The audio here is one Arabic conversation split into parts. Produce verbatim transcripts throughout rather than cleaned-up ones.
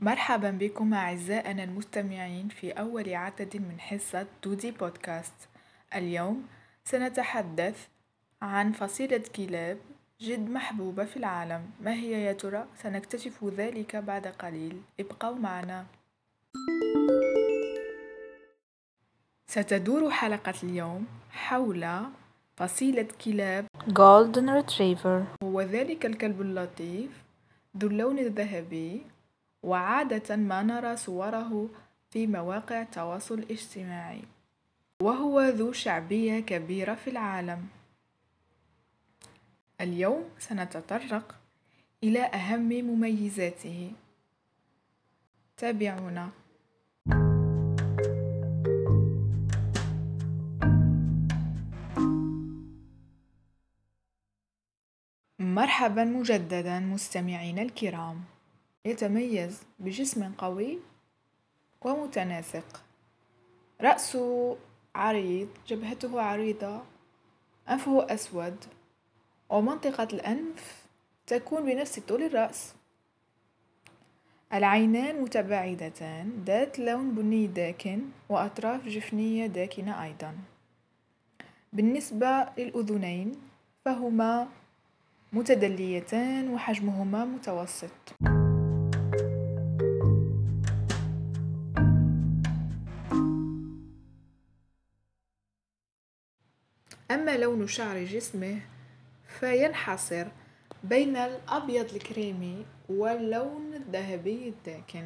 مرحبا بكم أعزائنا المستمعين في أول عدد من حصة دودي بودكاست. اليوم سنتحدث عن فصيلة كلاب جد محبوبة في العالم. ما هي يا ترى؟ سنكتشف ذلك بعد قليل، ابقوا معنا. ستدور حلقة اليوم حول فصيلة كلاب Golden Retriever. هو ذلك الكلب اللطيف ذو اللون الذهبي، وعادة ما نرى صوره في مواقع التواصل الاجتماعي، وهو ذو شعبية كبيرة في العالم. اليوم سنتطرق إلى أهم مميزاته. تابعونا. مرحبا مجددا مستمعينا الكرام. يتميز بجسم قوي ومتناسق، رأسه عريض، جبهته عريضة، أنفه أسود، ومنطقة الأنف تكون بنفس طول الرأس. العينان متباعدتان ذات لون بني داكن، وأطراف جفنية داكنة أيضا. بالنسبة للأذنين فهما متدليتان وحجمهما متوسط. أما لون شعر جسمه فينحصر بين الأبيض الكريمي واللون الذهبي الداكن.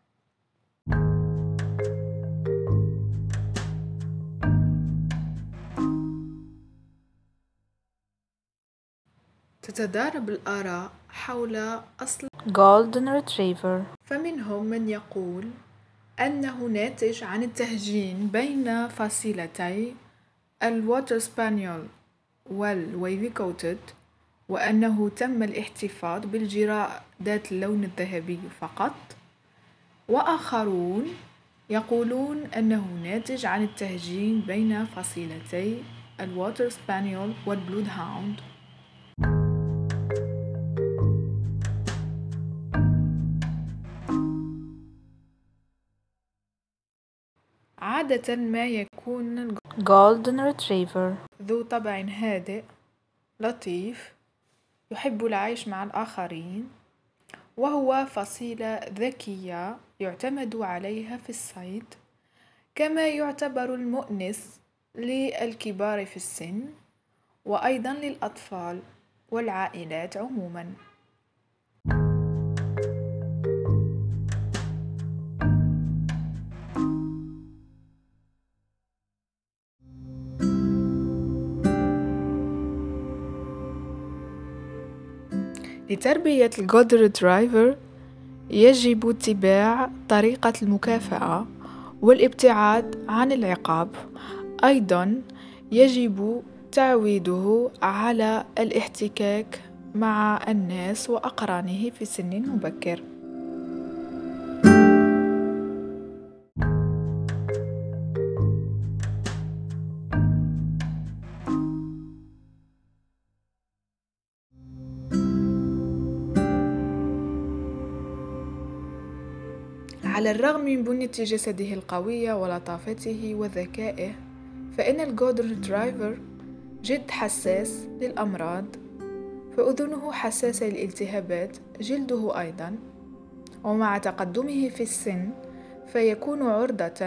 تتضارب الآراء حول أصل Golden Retriever. فمنهم من يقول أنه ناتج عن التهجين بين فصيلتي الووتر سبانيول والويفي كوتد، وأنه تم الاحتفاظ بالجراء ذات اللون الذهبي فقط. وآخرون يقولون أنه ناتج عن التهجين بين فصيلتي الووتر سبانيول والبلود هاوند. عادة ما يكون Golden Retriever ذو طبع هادئ لطيف، يحب العيش مع الآخرين، وهو فصيلة ذكية يعتمد عليها في الصيد، كما يعتبر المؤنس للكبار في السن وأيضا للأطفال والعائلات عموما. لتربية الجولدن ريترايفر يجب اتباع طريقة المكافأة والابتعاد عن العقاب. أيضا يجب تعويده على الاحتكاك مع الناس وأقرانه في سن مبكر. على الرغم من بنية جسده القوية ولطافته وذكائه، فإن الجولدن ريترايفر جد حساس للأمراض، فأذنه حساسة للالتهابات، جلده أيضا، ومع تقدمه في السن فيكون عرضة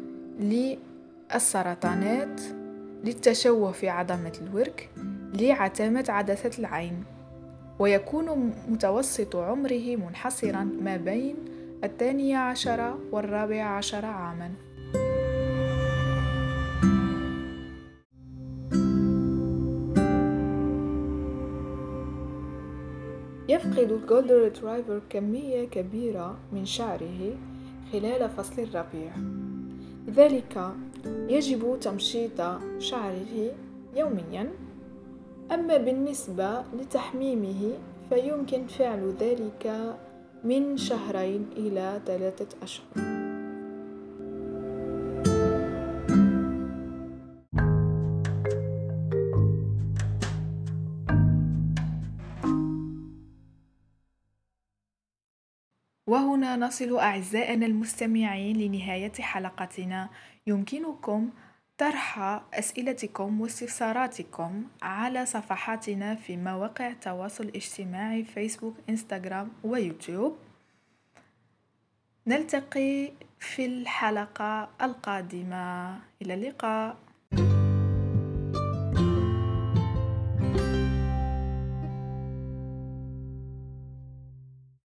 للسرطانات، للتشوه في عظمة الورك، لعتامة عدسة العين، ويكون متوسط عمره منحصرا ما بين الثانية عشر والرابع عشر عاما. يفقد الجولدن ريترايفر كمية كبيرة من شعره خلال فصل الربيع، لذلك يجب تمشيط شعره يوميا. أما بالنسبة لتحميمه فيمكن فعل ذلك من شهرين إلى ثلاثة أشهر. وهنا نصل أعزائنا المستمعين لنهاية حلقتنا. يمكنكم طرح أسئلتكم واستفساراتكم على صفحاتنا في مواقع التواصل الاجتماعي فيسبوك، إنستغرام ويوتيوب. نلتقي في الحلقة القادمة. إلى اللقاء.